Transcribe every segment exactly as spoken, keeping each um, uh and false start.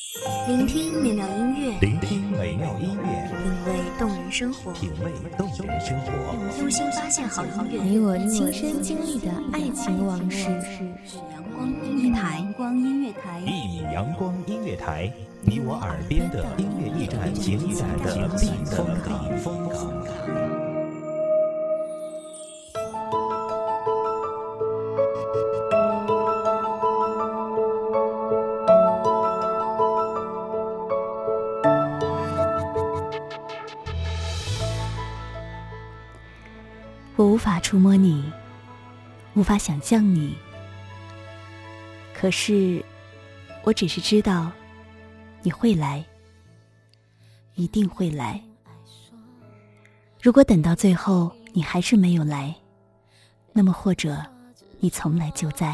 聆听美妙音乐， 聆听美妙音乐， 品味动人生活， 品味动人生活， 用心发现好音乐， 你我亲身经历的爱情往事。 阳光音乐台，阳光音乐台， 一米阳光音乐台，你我耳边的音乐驿站，情感的避风港。 我无法触摸你，无法想象你，可是我只是知道你会来，一定会来。如果等到最后你还是没有来，那么或者你从来就在。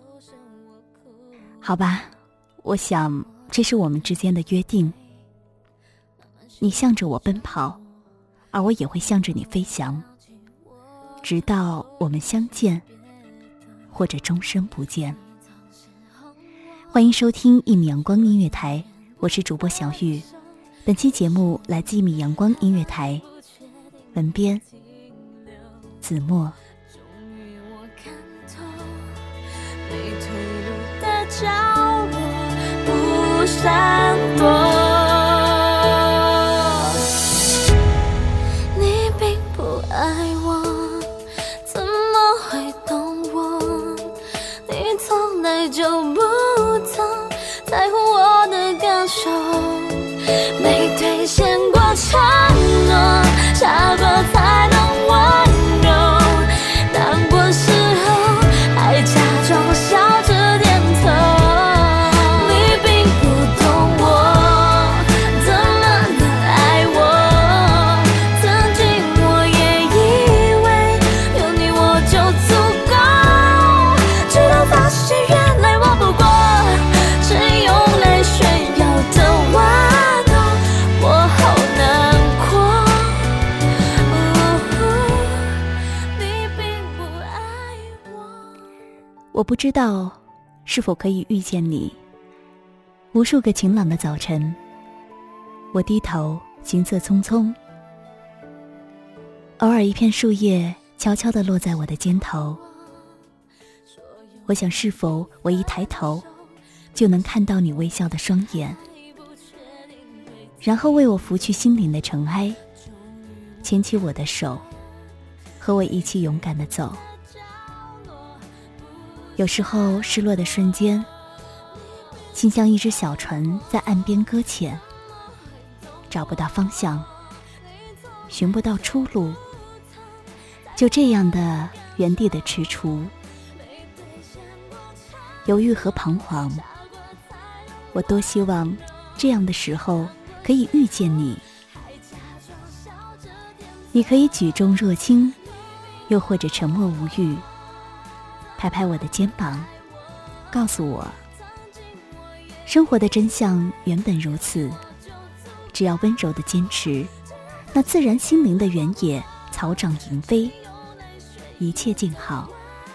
好吧，我想这是我们之间的约定。你向着我奔跑，而我也会向着你飞翔，直到我们相见，或者终身不见。欢迎收听一米阳光音乐台，我是主播小玉。本期节目来自一米阳光音乐台，文编子墨。 被推入的角落，不闪躲。你并不爱我，怎么会懂我？你从来就不曾在乎我的感受，没兑现过承诺，傻过才能温柔，难过时候还假装笑着点头。你并不懂我怎么能爱我，曾经我也以为有你我就足够，直到发现原来我不过是用来炫耀的玩偶，我好难过。你并不爱我。 我不知道是否可以遇见你。无数个晴朗的早晨，我低头行色匆匆，偶尔一片树叶悄悄地落在我的肩头。我想是否我一抬头就能看到你微笑的双眼，然后为我拂去心灵的尘埃，牵起我的手，和我一起勇敢地走。有时候失落的瞬间，心像一只小船在岸边搁浅，找不到方向，寻不到出路，就这样的原地的踟蹰，犹豫和彷徨。我多希望这样的时候可以遇见你，你可以举重若轻，又或者沉默无语，拍拍我的肩膀，告诉我生活的真相原本如此，只要温柔的坚持，那自然心灵的原野草长莺飞，一切静好。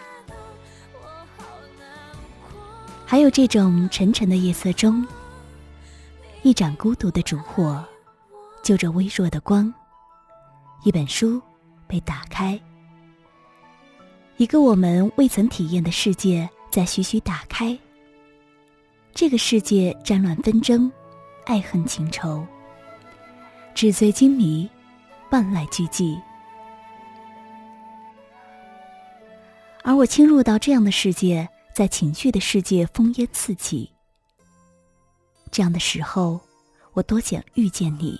还有这种沉沉的夜色中，一盏孤独的烛火就着微弱的光，一本书被打开，一个我们未曾体验的世界在徐徐打开。这个世界战乱纷争，爱恨情仇，纸醉金迷，万籁俱寂。而我侵入到这样的世界，在情绪的世界烽烟四起。这样的时候，我多想遇见你，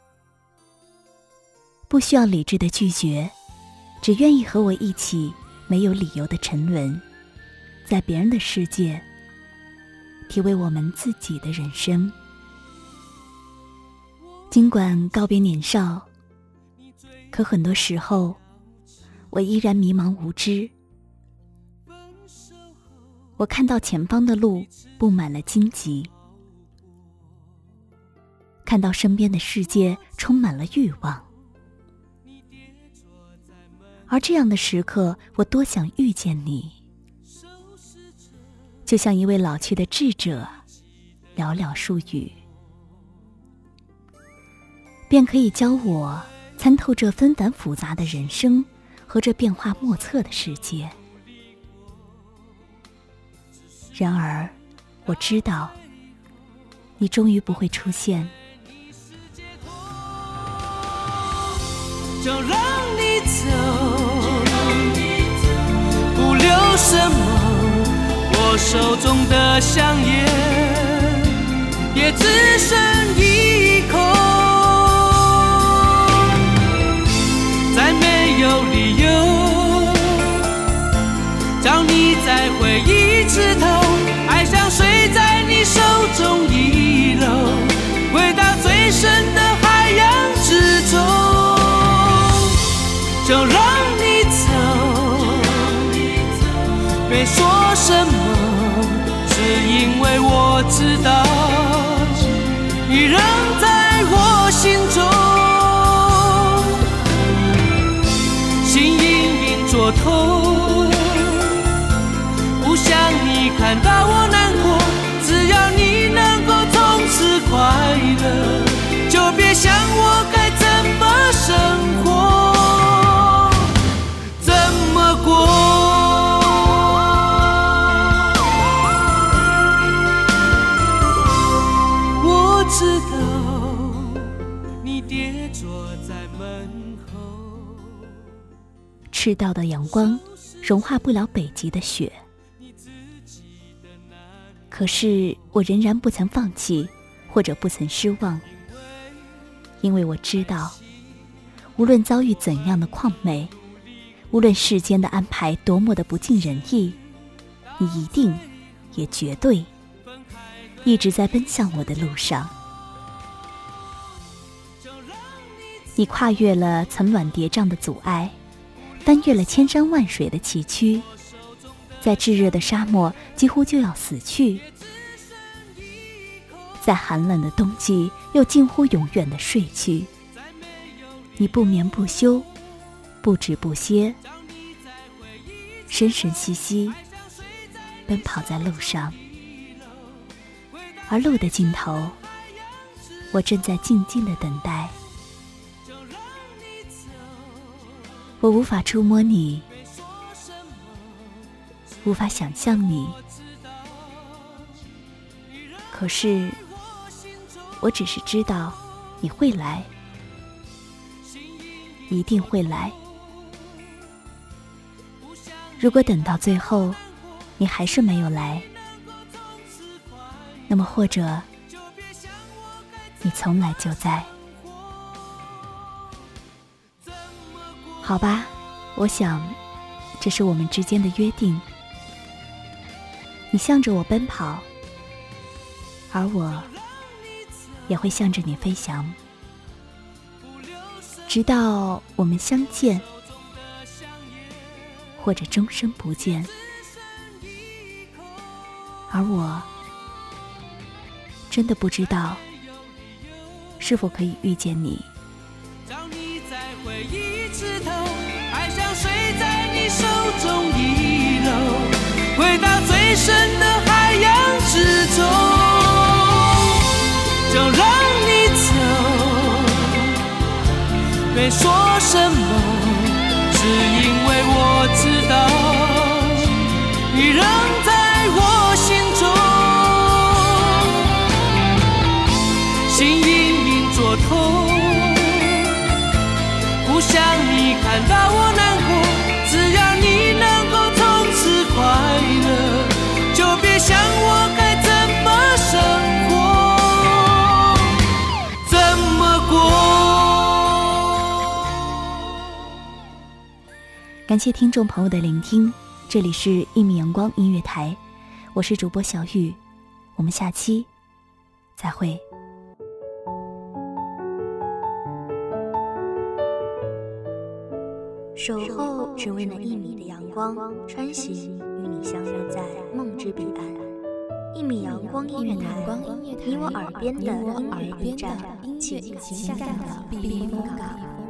不需要理智的拒绝，只愿意和我一起没有理由的沉沦，在别人的世界体味我们自己的人生。尽管告别年少，可很多时候我依然迷茫无知。我看到前方的路布满了荆棘，看到身边的世界充满了欲望，而这样的时刻，我多想遇见你，就像一位老去的智者， 寥寥数语，便可以教我参透这纷繁复杂的人生和这变化莫测的世界。然而我知道你终于不会出现， 就让你走，不留什么，我手中的香烟也只剩一口，再没有理由让你在回忆枝头，爱像水在你手中遗漏，回到最深的海洋之中，就让你走，别说什么，只因为我知道你仍在我心中，心隐隐作痛，不想你看到我难过，只要你能够从此快乐，就别想我该怎么生活，怎么过。我知道你跌坐在门后， 赤道的阳光融化不了北极的雪，可是我仍然不曾放弃，或者不曾失望，因为我知道无论遭遇怎样的旷美，无论世间的安排多么的不尽人意，你一定也绝对一直在奔向我的路上。你跨越了层峦叠嶂的阻碍，翻越了千山万水的崎岖，在炙热的沙漠几乎就要死去，在寒冷的冬季又近乎永远的睡去。你不眠不休，不止不歇，生生息息奔跑在路上，而路的尽头，我正在静静地等待。我无法触摸你，无法想象你，可是我只是知道你会来，一定会来。如果等到最后你还是没有来，那么或者你从来就在。好吧，我想这是我们之间的约定。你向着我奔跑，而我也会向着你飞翔，直到我们相见，或者终生不见。而我真的不知道是否可以遇见你。 让你在回忆枝头，爱像水在你手中遗漏，回到最深的海洋之中，就让你走，别说什么，只因为我知道你仍在我心中，心隐隐作痛，不想你看到我难过，只要你能够从此快乐，就别想我该怎么生活，怎么过。 感谢听众朋友的聆听，这里是一米阳光音乐台，我是主播小雨，我们下期再会。 守候只为那一米的阳光，穿行与你相约在梦之彼岸。一米阳光音乐台，你我耳边的音乐驿站，情感的避风港。